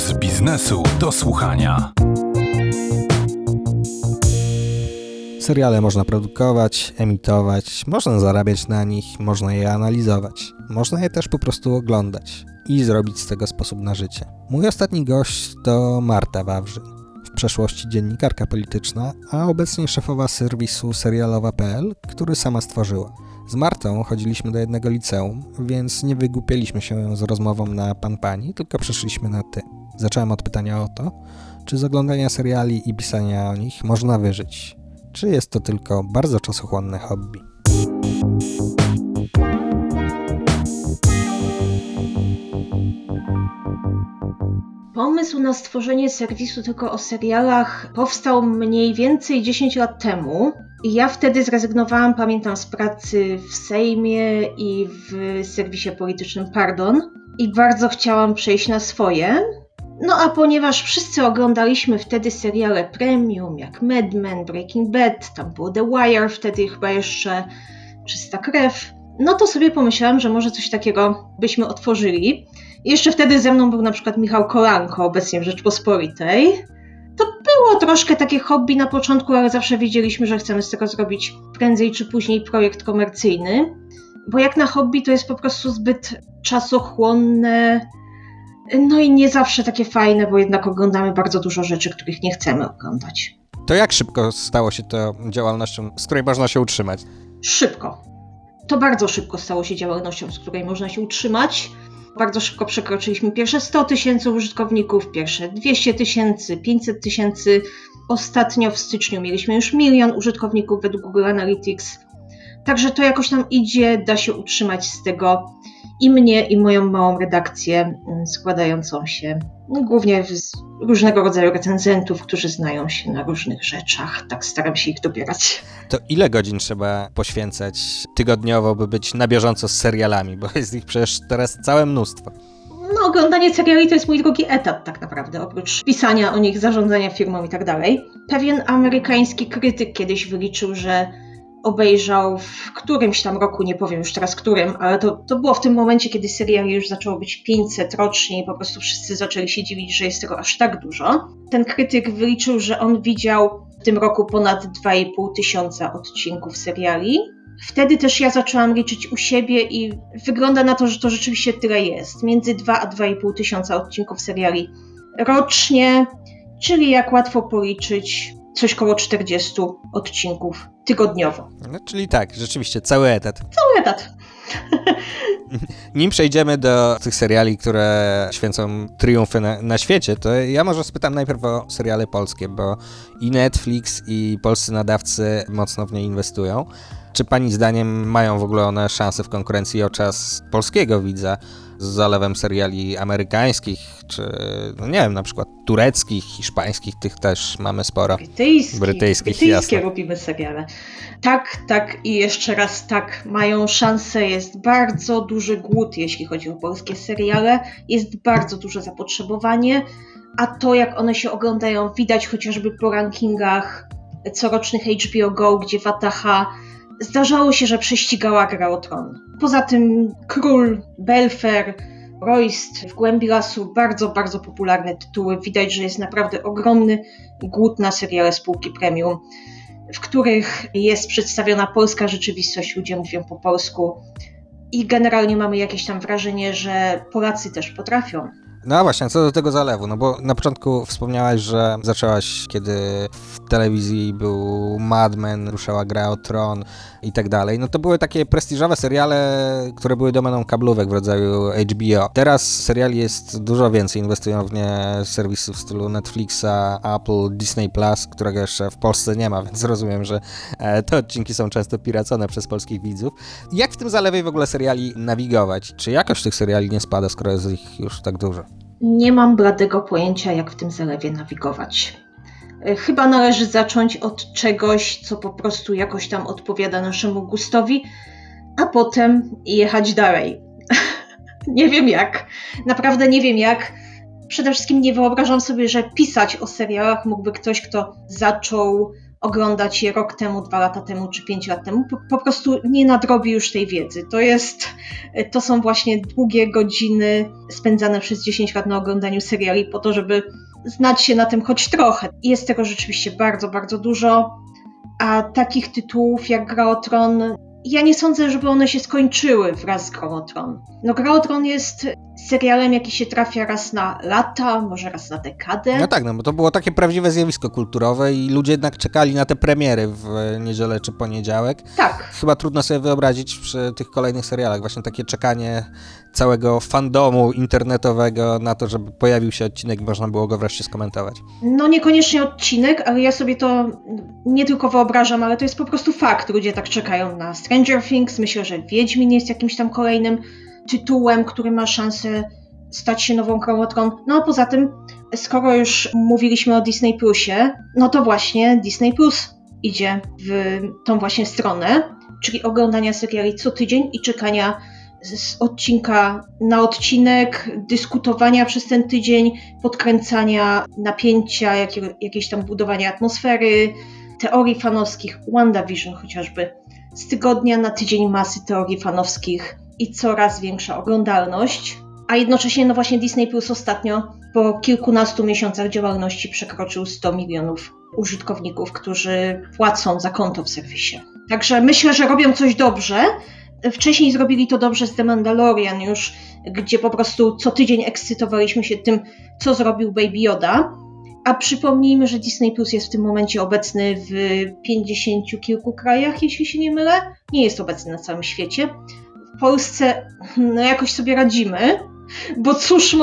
Z biznesu do słuchania. Seriale można produkować, emitować, można zarabiać na nich, można je analizować. Można je też po prostu oglądać i zrobić z tego sposób na życie. Mój ostatni gość to Marta Wawrzyn. W przeszłości dziennikarka polityczna, a obecnie szefowa serwisu serialowa.pl, który sama stworzyła. Z Martą chodziliśmy do jednego liceum, więc nie wygłupialiśmy się z rozmową na pan-pani, tylko przeszliśmy na ty. Zacząłem od pytania o to, czy z oglądania seriali i pisania o nich można wyżyć. Czy jest to tylko bardzo czasochłonne hobby? Pomysł na stworzenie serwisu tylko o serialach powstał mniej więcej 10 lat temu. I ja wtedy zrezygnowałam, pamiętam, z pracy w Sejmie i w serwisie politycznym Pardon. I bardzo chciałam przejść na swoje. No a ponieważ wszyscy oglądaliśmy wtedy seriale premium, jak Mad Men, Breaking Bad, tam było The Wire, wtedy chyba jeszcze Czysta krew, no to sobie pomyślałam, że może coś takiego byśmy otworzyli. I jeszcze wtedy ze mną był na przykład Michał Kolanko, obecnie w Rzeczpospolitej. To było troszkę takie hobby na początku, ale zawsze wiedzieliśmy, że chcemy z tego zrobić prędzej czy później projekt komercyjny. Bo jak na hobby to jest po prostu zbyt czasochłonne, no i nie zawsze takie fajne, bo jednak oglądamy bardzo dużo rzeczy, których nie chcemy oglądać. To jak szybko stało się to działalnością, z której można się utrzymać? Szybko. To bardzo szybko stało się działalnością, z której można się utrzymać. Bardzo szybko przekroczyliśmy pierwsze 100 000 użytkowników, pierwsze 200 000, 500 000. Ostatnio w styczniu mieliśmy już 1 000 000 użytkowników według Google Analytics. Także to jakoś nam idzie, da się utrzymać z tego i mnie, i moją małą redakcję składającą się głównie z różnego rodzaju recenzentów, którzy znają się na różnych rzeczach. Tak staram się ich dobierać. To ile godzin trzeba poświęcać tygodniowo, by być na bieżąco z serialami? Bo jest ich przecież teraz całe mnóstwo. No, oglądanie seriali to jest mój drugi etat tak naprawdę, oprócz pisania o nich, zarządzania firmą i tak dalej. Pewien amerykański krytyk kiedyś wyliczył, że obejrzał w którymś tam roku, nie powiem już teraz którym, ale to było w tym momencie, kiedy seriali już zaczęło być 500 rocznie i po prostu wszyscy zaczęli się dziwić, że jest tego aż tak dużo. Ten krytyk wyliczył, że on widział w tym roku ponad 2500 odcinków seriali. Wtedy też ja zaczęłam liczyć u siebie i wygląda na to, że to rzeczywiście tyle jest. Między 2 a 2500 odcinków seriali rocznie, czyli jak łatwo policzyć, coś koło 40 odcinków tygodniowo. No, czyli tak, rzeczywiście cały etat. Cały etat. Nim przejdziemy do tych seriali, które święcą triumfy na świecie, to ja może spytam najpierw o seriale polskie, bo i Netflix, i polscy nadawcy mocno w nie inwestują. Czy pani zdaniem mają w ogóle one szansę w konkurencji o czas polskiego widza z zalewem seriali amerykańskich, czy no nie wiem, na przykład tureckich, hiszpańskich, tych też mamy sporo. Brytyjskich robimy seriale. Tak i jeszcze raz tak, mają szansę, jest bardzo duży głód, jeśli chodzi o polskie seriale, jest bardzo duże zapotrzebowanie, a to jak one się oglądają widać chociażby po rankingach corocznych HBO Go, gdzie Wataha zdarzało się, że prześcigała Gra o Tron. Poza tym Król, Belfer, Royst, W głębi lasu, bardzo, bardzo popularne tytuły. Widać, że jest naprawdę ogromny głód na seriale spółki premium, w których jest przedstawiona polska rzeczywistość, ludzie mówią po polsku i generalnie mamy jakieś tam wrażenie, że Polacy też potrafią. No właśnie, co do tego zalewu, no bo na początku wspomniałaś, że zaczęłaś, kiedy w telewizji był Mad Men, ruszała Gra o Tron i tak dalej. No to były takie prestiżowe seriale, które były domeną kablówek w rodzaju HBO. Teraz seriali jest dużo więcej, inwestują w nie serwisy w stylu Netflixa, Apple, Disney+, którego jeszcze w Polsce nie ma, więc rozumiem, że te odcinki są często piracone przez polskich widzów. Jak w tym zalewie w ogóle seriali nawigować? Czy jakość tych seriali nie spada, skoro jest ich już tak dużo? Nie mam bladego pojęcia, jak w tym zalewie nawigować. Chyba należy zacząć od czegoś, co po prostu jakoś tam odpowiada naszemu gustowi, a potem jechać dalej. Nie wiem jak. Naprawdę nie wiem jak. Przede wszystkim nie wyobrażam sobie, że pisać o serialach mógłby ktoś, kto zaczął oglądać je rok temu, 2 lata temu czy 5 lat temu, po prostu nie nadrobi już tej wiedzy. To są właśnie długie godziny spędzane przez 10 lat na oglądaniu seriali po to, żeby znać się na tym choć trochę. Jest tego rzeczywiście bardzo, bardzo dużo, a takich tytułów jak Gra o Tron, ja nie sądzę, żeby one się skończyły wraz z Grą o Tron. No Gra o Tron jest serialem, jaki się trafia raz na lata, może raz na dekadę. No tak, no bo to było takie prawdziwe zjawisko kulturowe i ludzie jednak czekali na te premiery w niedzielę czy poniedziałek. Tak. Chyba trudno sobie wyobrazić przy tych kolejnych serialach właśnie takie czekanie całego fandomu internetowego na to, żeby pojawił się odcinek i można było go wreszcie skomentować. No niekoniecznie odcinek, ale ja sobie to nie tylko wyobrażam, ale to jest po prostu fakt. Ludzie tak czekają na Stranger Things. Myślę, że Wiedźmin jest jakimś tam kolejnym tytułem, który ma szansę stać się nową Grą o Tron. No a poza tym, skoro już mówiliśmy o Disney Plusie, no to właśnie Disney Plus idzie w tą właśnie stronę, czyli oglądania seriali co tydzień i czekania z odcinka na odcinek, dyskutowania przez ten tydzień, podkręcania napięcia, jakieś tam budowania atmosfery, teorii fanowskich, WandaVision chociażby. Z tygodnia na tydzień masy teorii fanowskich i coraz większa oglądalność. A jednocześnie no właśnie Disney Plus ostatnio po kilkunastu miesiącach działalności przekroczył 100 milionów użytkowników, którzy płacą za konto w serwisie. Także myślę, że robią coś dobrze. Wcześniej zrobili to dobrze z The Mandalorian już, gdzie po prostu co tydzień ekscytowaliśmy się tym, co zrobił Baby Yoda. A przypomnijmy, że Disney Plus jest w tym momencie obecny w 50 kilku krajach, jeśli się nie mylę. Nie jest obecny na całym świecie. W Polsce no jakoś sobie radzimy, bo cóż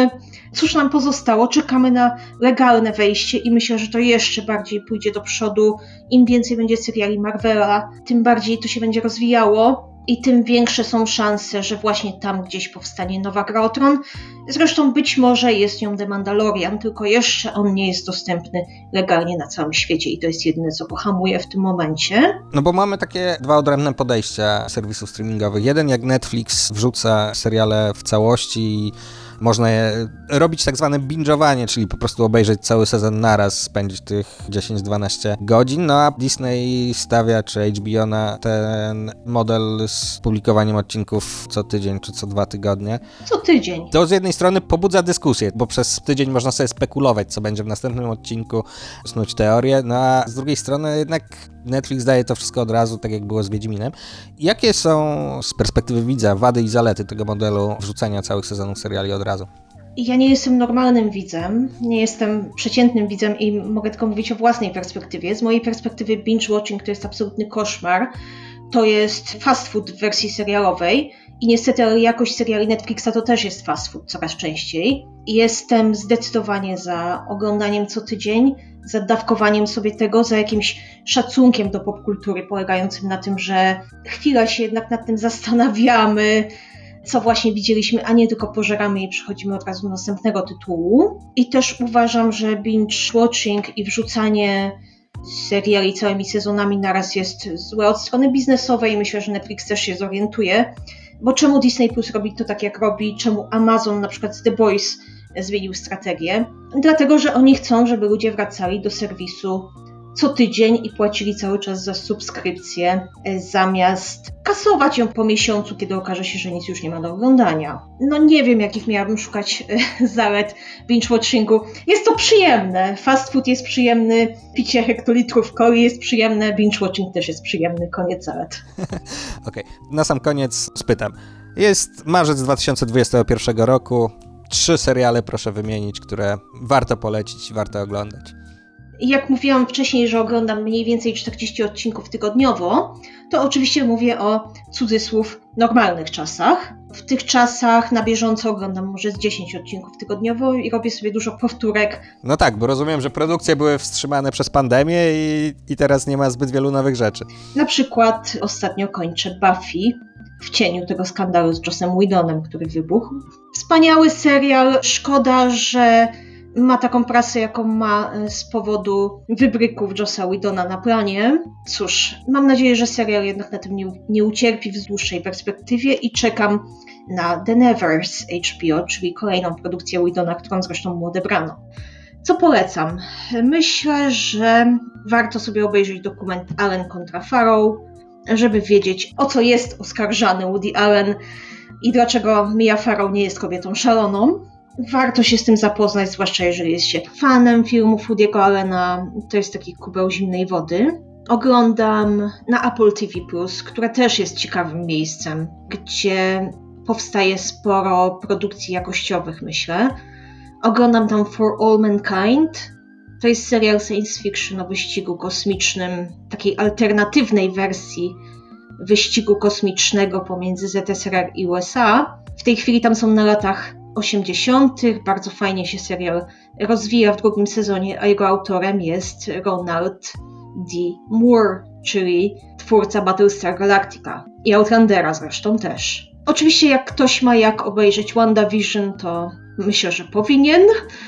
nam pozostało? Czekamy na legalne wejście i myślę, że to jeszcze bardziej pójdzie do przodu. Im więcej będzie seriali Marvela, tym bardziej to się będzie rozwijało i tym większe są szanse, że właśnie tam gdzieś powstanie nowa Gra o Tron. Zresztą być może jest nią The Mandalorian, tylko jeszcze on nie jest dostępny legalnie na całym świecie i to jest jedyne, co pohamuje w tym momencie. No bo mamy takie dwa odrębne podejścia serwisów streamingowych. Jeden, jak Netflix wrzuca seriale w całości i można je robić tak zwane binge'owanie, czyli po prostu obejrzeć cały sezon naraz, spędzić tych 10-12 godzin, no a Disney stawia, czy HBO, na ten model z publikowaniem odcinków co tydzień, czy co 2 tygodnie. Co tydzień. To z jednej strony pobudza dyskusję, bo przez tydzień można sobie spekulować, co będzie w następnym odcinku, snuć teorię, no a z drugiej strony jednak Netflix daje to wszystko od razu, tak jak było z Wiedźminem. Jakie są z perspektywy widza wady i zalety tego modelu wrzucania całych sezonów seriali od razu? Ja nie jestem normalnym widzem, nie jestem przeciętnym widzem i mogę tylko mówić o własnej perspektywie. Z mojej perspektywy binge-watching to jest absolutny koszmar. To jest fast food w wersji serialowej i niestety jakość seriali Netflixa to też jest fast food coraz częściej. Jestem zdecydowanie za oglądaniem co tydzień, za dawkowaniem sobie tego, za jakimś szacunkiem do popkultury polegającym na tym, że chwila się jednak nad tym zastanawiamy, co właśnie widzieliśmy, a nie tylko pożeramy i przechodzimy od razu do następnego tytułu. I też uważam, że binge-watching i wrzucanie seriali całymi sezonami naraz jest złe od strony biznesowej. Myślę, że Netflix też się zorientuje. Bo czemu Disney Plus robi to tak, jak robi? Czemu Amazon na przykład z The Boys zmienił strategię? Dlatego, że oni chcą, żeby ludzie wracali do serwisu co tydzień i płacili cały czas za subskrypcję, zamiast kasować ją po miesiącu, kiedy okaże się, że nic już nie ma do oglądania. No nie wiem, jakich miałabym szukać zalet binge-watchingu. Jest to przyjemne. Fast food jest przyjemny, picie hektolitrów coli jest przyjemne, binge-watching też jest przyjemny. Koniec zalet. Okej, na sam koniec spytam. Jest marzec 2021 roku. 3 seriale proszę wymienić, które warto polecić i warto oglądać. Jak mówiłam wcześniej, że oglądam mniej więcej 40 odcinków tygodniowo, to oczywiście mówię o cudzysłów normalnych czasach. W tych czasach na bieżąco oglądam może z 10 odcinków tygodniowo i robię sobie dużo powtórek. No tak, bo rozumiem, że produkcje były wstrzymane przez pandemię i teraz nie ma zbyt wielu nowych rzeczy. Na przykład ostatnio kończę Buffy w cieniu tego skandalu z Jossem Whedonem, który wybuchł. Wspaniały serial, szkoda, że ma taką prasę, jaką ma z powodu wybryków Jossa Whedona na planie. Cóż, mam nadzieję, że serial jednak na tym nie ucierpi w dłuższej perspektywie i czekam na The Nevers HBO, czyli kolejną produkcję Whedona, którą zresztą mu odebrano. Co polecam? Myślę, że warto sobie obejrzeć dokument Allen kontra Farrow, żeby wiedzieć, o co jest oskarżany Woody Allen i dlaczego Mia Farrow nie jest kobietą szaloną. Warto się z tym zapoznać, zwłaszcza jeżeli jest się fanem filmów Woody'ego Allena. To jest taki kubeł zimnej wody. Oglądam na Apple TV+, które też jest ciekawym miejscem, gdzie powstaje sporo produkcji jakościowych, myślę. Oglądam tam For All Mankind. To jest serial science fiction o wyścigu kosmicznym, takiej alternatywnej wersji wyścigu kosmicznego pomiędzy ZSRR i USA. W tej chwili tam są na latach 80. Bardzo fajnie się serial rozwija w drugim sezonie, a jego autorem jest Ronald D. Moore, czyli twórca Battlestar Galactica i Outlandera zresztą też. Oczywiście jak ktoś ma jak obejrzeć WandaVision, to myślę, że powinien.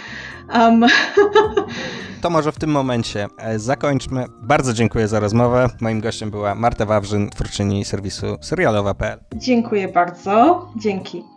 To może w tym momencie zakończmy. Bardzo dziękuję za rozmowę. Moim gościem była Marta Wawrzyn, twórczyni serwisu serialowa.pl. Dziękuję bardzo. Dzięki.